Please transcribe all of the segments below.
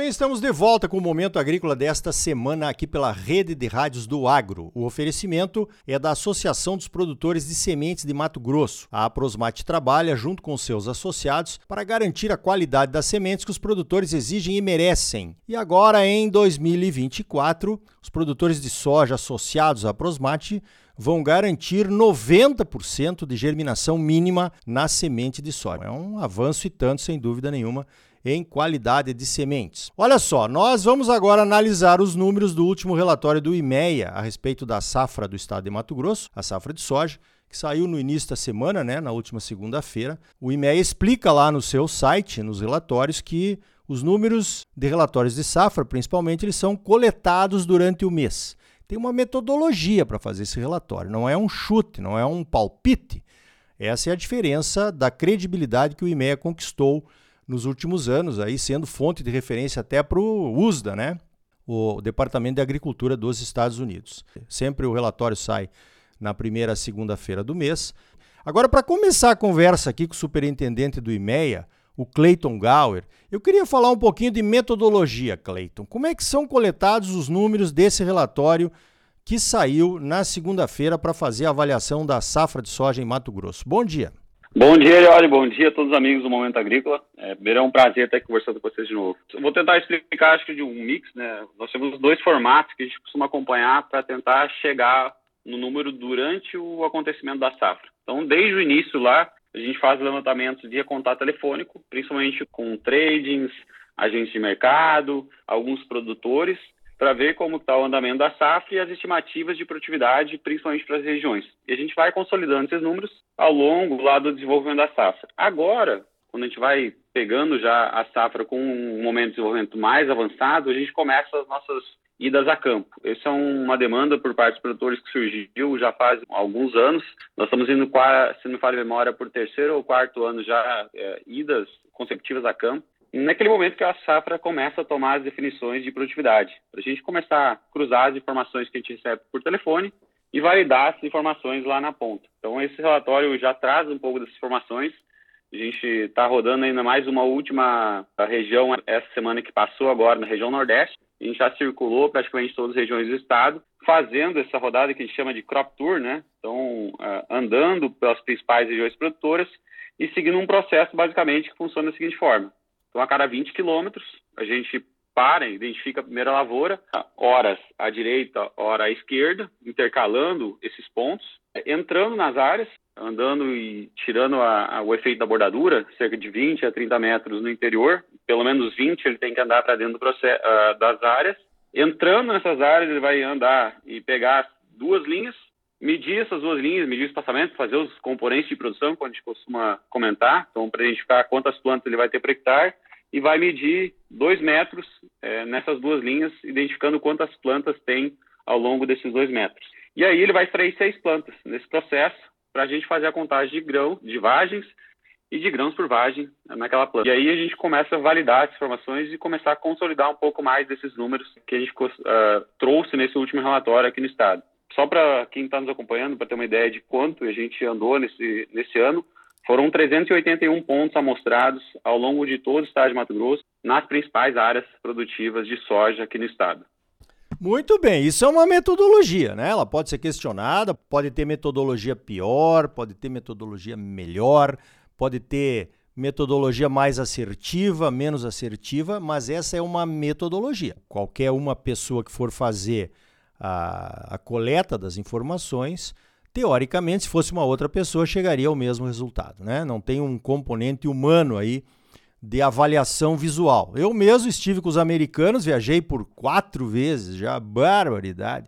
bem, estamos de volta com o Momento Agrícola desta semana aqui pela Rede de Rádios do Agro. O oferecimento é da Associação dos Produtores de Sementes de Mato Grosso. A Aprosmate trabalha junto com seus associados para garantir a qualidade das sementes que os produtores exigem e merecem. E agora, em 2024, os produtores de soja associados à Aprosmate vão garantir 90% de germinação mínima na semente de soja. É um avanço e tanto, sem dúvida nenhuma, em qualidade de sementes. Olha só, nós vamos agora analisar os números do último relatório do IMEA a respeito da safra do estado de Mato Grosso, a safra de soja, que saiu no início da semana, na última segunda-feira. O IMEA explica lá no seu site, nos relatórios, que os números de relatórios de safra, principalmente, eles são coletados durante o mês. Tem uma metodologia para fazer esse relatório, não é um chute, não é um palpite. Essa é a diferença da credibilidade que o IMEA conquistou nos últimos anos, aí sendo fonte de referência até para o USDA, o Departamento de Agricultura dos Estados Unidos. Sempre o relatório sai na primeira segunda-feira do mês. Agora, para começar a conversa aqui com o superintendente do IMEA, o Clayton Gauer, eu queria falar um pouquinho de metodologia, Clayton. Como é que são coletados os números desse relatório que saiu na segunda-feira para fazer a avaliação da safra de soja em Mato Grosso? Bom dia. Bom dia, Elioli. Bom dia a todos os amigos do Momento Agrícola. Primeiro é um prazer estar aqui conversando com vocês de novo. Eu vou tentar explicar, acho que de um mix, Nós temos dois formatos que a gente costuma acompanhar para tentar chegar no número durante o acontecimento da safra. Então, desde o início lá, a gente faz levantamentos via contato telefônico, principalmente com tradings, agentes de mercado, alguns produtores, para ver como está o andamento da safra e as estimativas de produtividade, principalmente para as regiões. E a gente vai consolidando esses números ao longo lá do desenvolvimento da safra. Agora, quando a gente vai pegando já a safra com um momento de desenvolvimento mais avançado, a gente começa as nossas idas a campo. Essa é uma demanda por parte dos produtores que surgiu já faz alguns anos. Nós estamos indo, se não me falha a memória, por terceiro ou quarto ano já idas consecutivas a campo. Naquele momento que a safra começa a tomar as definições de produtividade, para a gente começar a cruzar as informações que a gente recebe por telefone e validar essas informações lá na ponta. Então, esse relatório já traz um pouco dessas informações. A gente está rodando ainda mais uma última região essa semana que passou agora, na região Nordeste. A gente já circulou praticamente todas as regiões do estado, fazendo essa rodada que a gente chama de crop tour, Então, andando pelas principais regiões produtoras e seguindo um processo, basicamente, que funciona da seguinte forma. Então, a cada 20 quilômetros, a gente identifica a primeira lavoura, horas à direita, hora à esquerda, intercalando esses pontos, entrando nas áreas, andando e tirando o efeito da bordadura, cerca de 20 a 30 metros no interior, pelo menos 20 ele tem que andar para dentro das áreas. Entrando nessas áreas, ele vai andar e pegar duas linhas, medir essas duas linhas, medir o espaçamento, fazer os componentes de produção, como a gente costuma comentar, então para identificar quantas plantas ele vai ter por hectare, e vai medir 2 metros nessas duas linhas, identificando quantas plantas tem ao longo desses 2 metros. E aí ele vai extrair 6 plantas nesse processo para a gente fazer a contagem de vagens e de grãos por vagem naquela planta. E aí a gente começa a validar essas informações e começar a consolidar um pouco mais desses números que a gente trouxe nesse último relatório aqui no estado. Só para quem está nos acompanhando, para ter uma ideia de quanto a gente andou nesse ano, foram 381 pontos amostrados ao longo de todo o estado de Mato Grosso, nas principais áreas produtivas de soja aqui no estado. Muito bem, isso é uma metodologia, Ela pode ser questionada, pode ter metodologia pior, pode ter metodologia melhor, pode ter metodologia mais assertiva, menos assertiva, mas essa é uma metodologia. Qualquer uma pessoa que for fazer a coleta das informações, teoricamente, se fosse uma outra pessoa, chegaria ao mesmo resultado, Não tem um componente humano aí de avaliação visual. Eu mesmo estive com os americanos, viajei por 4 vezes, já barbaridade.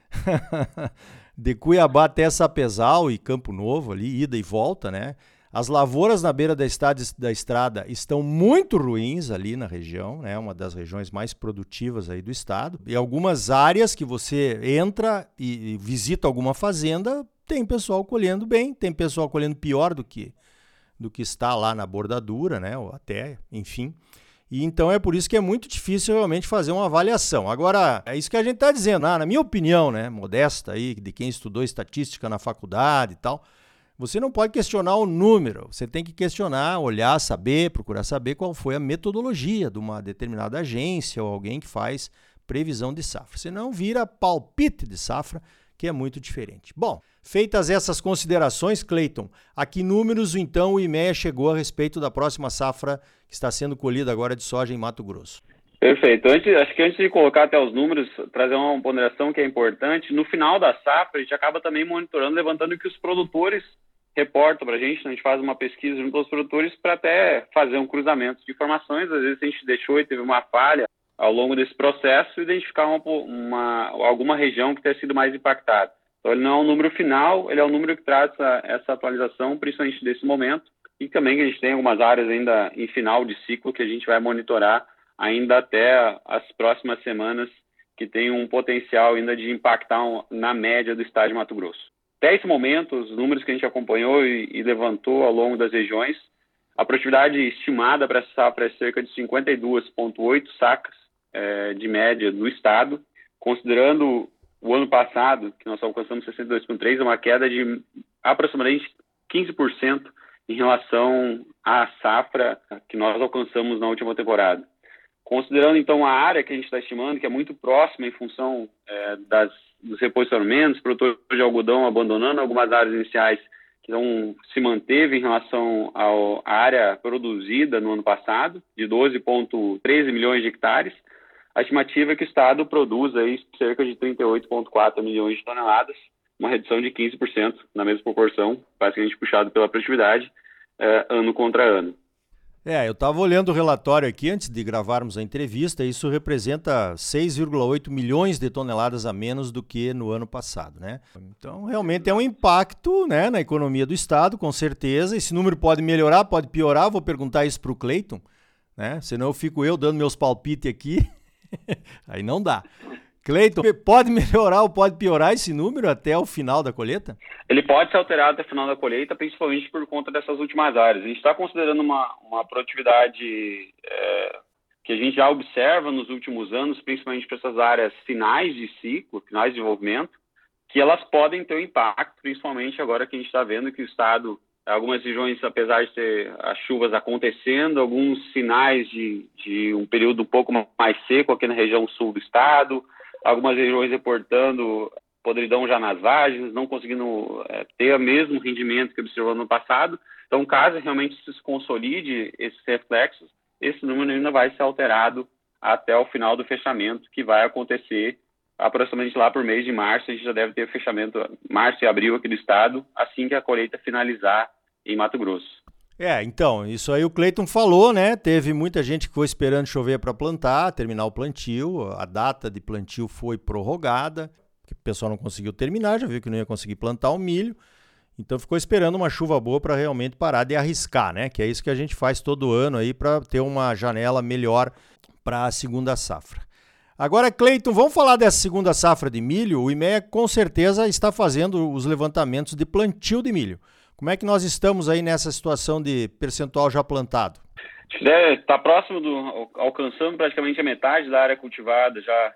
De Cuiabá até Sapezal e Campo Novo ali, ida e volta, As lavouras na beira da estrada estão muito ruins ali na região, uma das regiões mais produtivas aí do estado. E algumas áreas que você entra e visita alguma fazenda, tem pessoal colhendo bem, tem pessoal colhendo pior do que está lá na bordadura, ou até, enfim. E então é por isso que é muito difícil realmente fazer uma avaliação. Agora, é isso que a gente está dizendo, na minha opinião, modesta aí, de quem estudou estatística na faculdade e tal, você não pode questionar o número, você tem que questionar, olhar, saber, procurar saber qual foi a metodologia de uma determinada agência ou alguém que faz previsão de safra. Senão vira palpite de safra, que é muito diferente. Bom, feitas essas considerações, Cleiton, a que números então o IMEA chegou a respeito da próxima safra que está sendo colhida agora de soja em Mato Grosso? Perfeito. Acho que antes de colocar até os números, trazer uma ponderação que é importante. No final da safra, a gente acaba também monitorando, levantando o que os produtores reportam para a gente. A gente faz uma pesquisa junto aos produtores para até fazer um cruzamento de informações. Às vezes a gente deixou e teve uma falha ao longo desse processo, identificar alguma região que tenha sido mais impactada. Então, ele não é um número final, ele é um número que traz essa atualização, principalmente desse momento, e também que a gente tem algumas áreas ainda em final de ciclo que a gente vai monitorar ainda até as próximas semanas, que tem um potencial ainda de impactar na média do estado de Mato Grosso. Até esse momento, os números que a gente acompanhou e levantou ao longo das regiões, a produtividade estimada para essa safra é cerca de 52,8 sacas de média do estado, considerando o ano passado, que nós alcançamos 62,3, é uma queda de aproximadamente 15% em relação à safra que nós alcançamos na última temporada. Considerando, então, a área que a gente está estimando, que é muito próxima em função dos reposicionamentos, produtores de algodão abandonando algumas áreas iniciais que não se manteve em relação à área produzida no ano passado, de 12,13 milhões de hectares, a estimativa é que o estado produz aí cerca de 38,4 milhões de toneladas, uma redução de 15% na mesma proporção, basicamente puxado pela produtividade, ano contra ano. Eu estava olhando o relatório aqui antes de gravarmos a entrevista, e isso representa 6,8 milhões de toneladas a menos do que no ano passado, né? Então, realmente é um impacto, né, na economia do estado, com certeza. Esse número pode melhorar, pode piorar, vou perguntar isso para o Cleiton, né? Senão eu fico dando meus palpites aqui, aí não dá. Cleiton, pode melhorar ou pode piorar esse número até o final da colheita? Ele pode ser alterado até o final da colheita, principalmente por conta dessas últimas áreas. A gente está considerando uma produtividade que a gente já observa nos últimos anos, principalmente para essas áreas finais de ciclo, finais de desenvolvimento, que elas podem ter um impacto, principalmente agora que a gente está vendo que o estado, algumas regiões, apesar de ter as chuvas acontecendo, alguns sinais de um período um pouco mais seco aqui na região sul do estado, algumas regiões reportando podridão já nas vagens, não conseguindo ter o mesmo rendimento que observou no passado. Então, caso realmente se consolide esses reflexos, esse número ainda vai ser alterado até o final do fechamento, que vai acontecer aproximadamente lá por mês de março. A gente já deve ter fechamento março e abril aqui do estado, assim que a colheita finalizar em Mato Grosso. Então, isso aí o Cleiton falou, né? Teve muita gente que foi esperando chover para plantar, terminar o plantio. A data de plantio foi prorrogada, porque o pessoal não conseguiu terminar, já viu que não ia conseguir plantar o milho. Então ficou esperando uma chuva boa para realmente parar de arriscar, né? Que é isso que a gente faz todo ano aí para ter uma janela melhor para a segunda safra. Agora, Cleiton, vamos falar dessa segunda safra de milho. O IMEA com certeza está fazendo os levantamentos de plantio de milho. Como é que nós estamos aí nessa situação de percentual já plantado? Está próximo, alcançando praticamente a metade da área cultivada já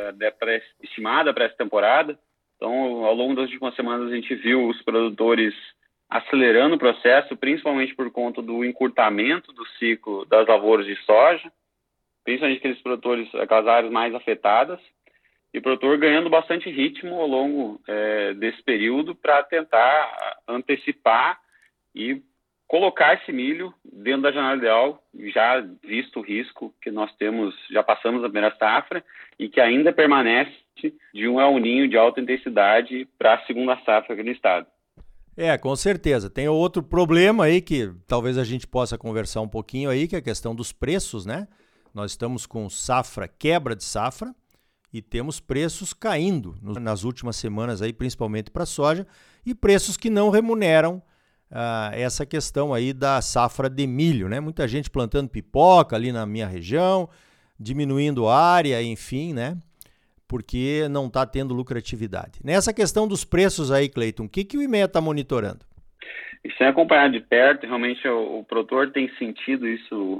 estimada para essa temporada. Então, ao longo das últimas semanas, a gente viu os produtores acelerando o processo, principalmente por conta do encurtamento do ciclo das lavouras de soja, principalmente aqueles produtores, aquelas áreas mais afetadas, e o produtor ganhando bastante ritmo ao longo desse período para tentar antecipar e colocar esse milho dentro da janela ideal, já visto o risco que nós temos, já passamos a primeira safra e que ainda permanece de um El Niño de alta intensidade para a segunda safra aqui no estado. Com certeza. Tem outro problema aí que talvez a gente possa conversar um pouquinho aí, que é a questão dos preços, né? Nós estamos com quebra de safra, e temos preços caindo nas últimas semanas, aí, principalmente para a soja, e preços que não remuneram essa questão aí da safra de milho, né? Muita gente plantando pipoca ali na minha região, diminuindo a área, enfim, né? Porque não está tendo lucratividade. Nessa questão dos preços aí, Cleiton, o que o IMEA está monitorando? Isso é acompanhado de perto, realmente o produtor tem sentido isso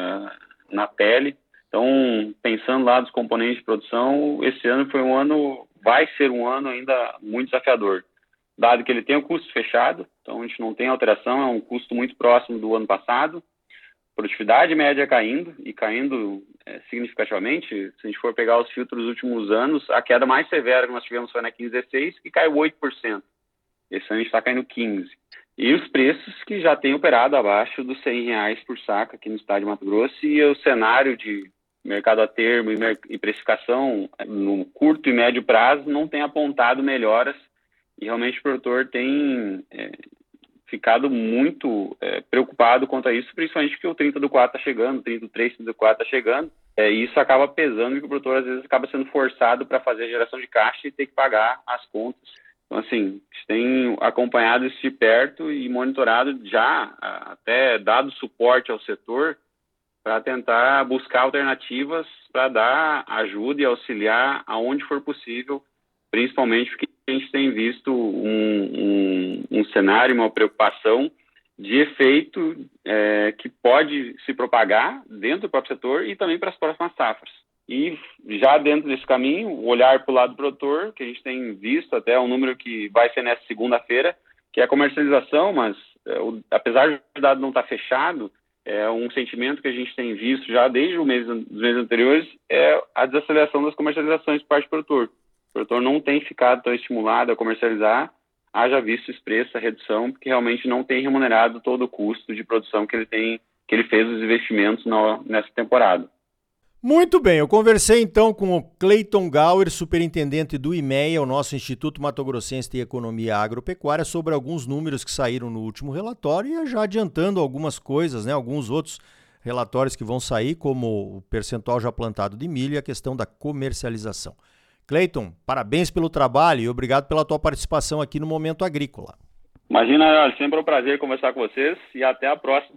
na pele. Então, pensando lá dos componentes de produção, esse ano vai ser um ano ainda muito desafiador. dado que ele tem o custo fechado, então a gente não tem alteração, é um custo muito próximo do ano passado. Produtividade média caindo, e caindo significativamente. Se a gente for pegar os filtros dos últimos anos, a queda mais severa que nós tivemos foi na 15/16, que caiu 8%. Esse ano a gente está caindo 15%. E os preços que já têm operado abaixo dos R$100 por saca aqui no estado de Mato Grosso, e o cenário de mercado a termo e precificação no curto e médio prazo não tem apontado melhoras, e realmente o produtor tem ficado muito preocupado quanto a isso, principalmente porque o 30/4 está chegando, o 33, 34 está chegando, e isso acaba pesando, e o produtor às vezes acaba sendo forçado para fazer a geração de caixa e ter que pagar as contas. Então, assim, a gente tem acompanhado isso de perto e monitorado já, até dado suporte ao setor, para tentar buscar alternativas para dar ajuda e auxiliar aonde for possível, principalmente porque a gente tem visto um cenário, uma preocupação de efeito que pode se propagar dentro do próprio setor e também para as próximas safras. E já dentro desse caminho, olhar para o lado do produtor, que a gente tem visto até um número que vai ser nessa segunda-feira, que é a comercialização, mas apesar do dado não estar fechado, um sentimento que a gente tem visto já desde os meses anteriores é a desaceleração das comercializações por parte do produtor. O produtor não tem ficado tão estimulado a comercializar, haja visto esse preço, a redução, porque realmente não tem remunerado todo o custo de produção que ele fez os investimentos nessa temporada. Muito bem, eu conversei então com o Cleiton Gauer, superintendente do IMEA, o nosso Instituto Mato Grossense de Economia Agropecuária, sobre alguns números que saíram no último relatório e já adiantando algumas coisas, né, alguns outros relatórios que vão sair, como o percentual já plantado de milho e a questão da comercialização. Cleiton, parabéns pelo trabalho e obrigado pela tua participação aqui no Momento Agrícola. Imagina, sempre é um prazer conversar com vocês e até a próxima.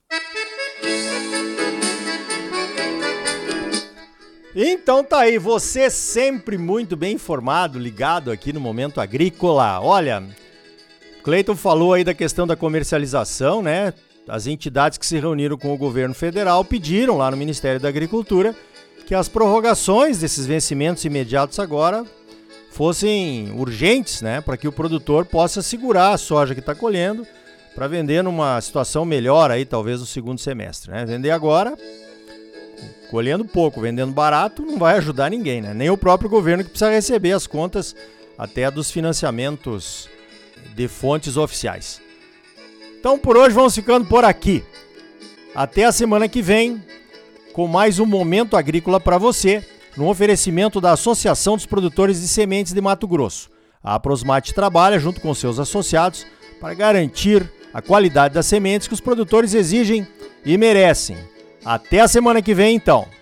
Então tá aí, você sempre muito bem informado, ligado aqui no Momento Agrícola. Olha, Cleiton falou aí da questão da comercialização, né? As entidades que se reuniram com o governo federal pediram lá no Ministério da Agricultura que as prorrogações desses vencimentos imediatos agora fossem urgentes, né? Para que o produtor possa segurar a soja que está colhendo para vender numa situação melhor aí, talvez no segundo semestre, né? Vender agora, colhendo pouco, vendendo barato, não vai ajudar ninguém, né? Nem o próprio governo, que precisa receber as contas até dos financiamentos de fontes oficiais. Então, por hoje, vamos ficando por aqui. Até a semana que vem, com mais um Momento Agrícola para você, no oferecimento da Associação dos Produtores de Sementes de Mato Grosso. A Aprosmate trabalha junto com seus associados para garantir a qualidade das sementes que os produtores exigem e merecem. Até a semana que vem, então.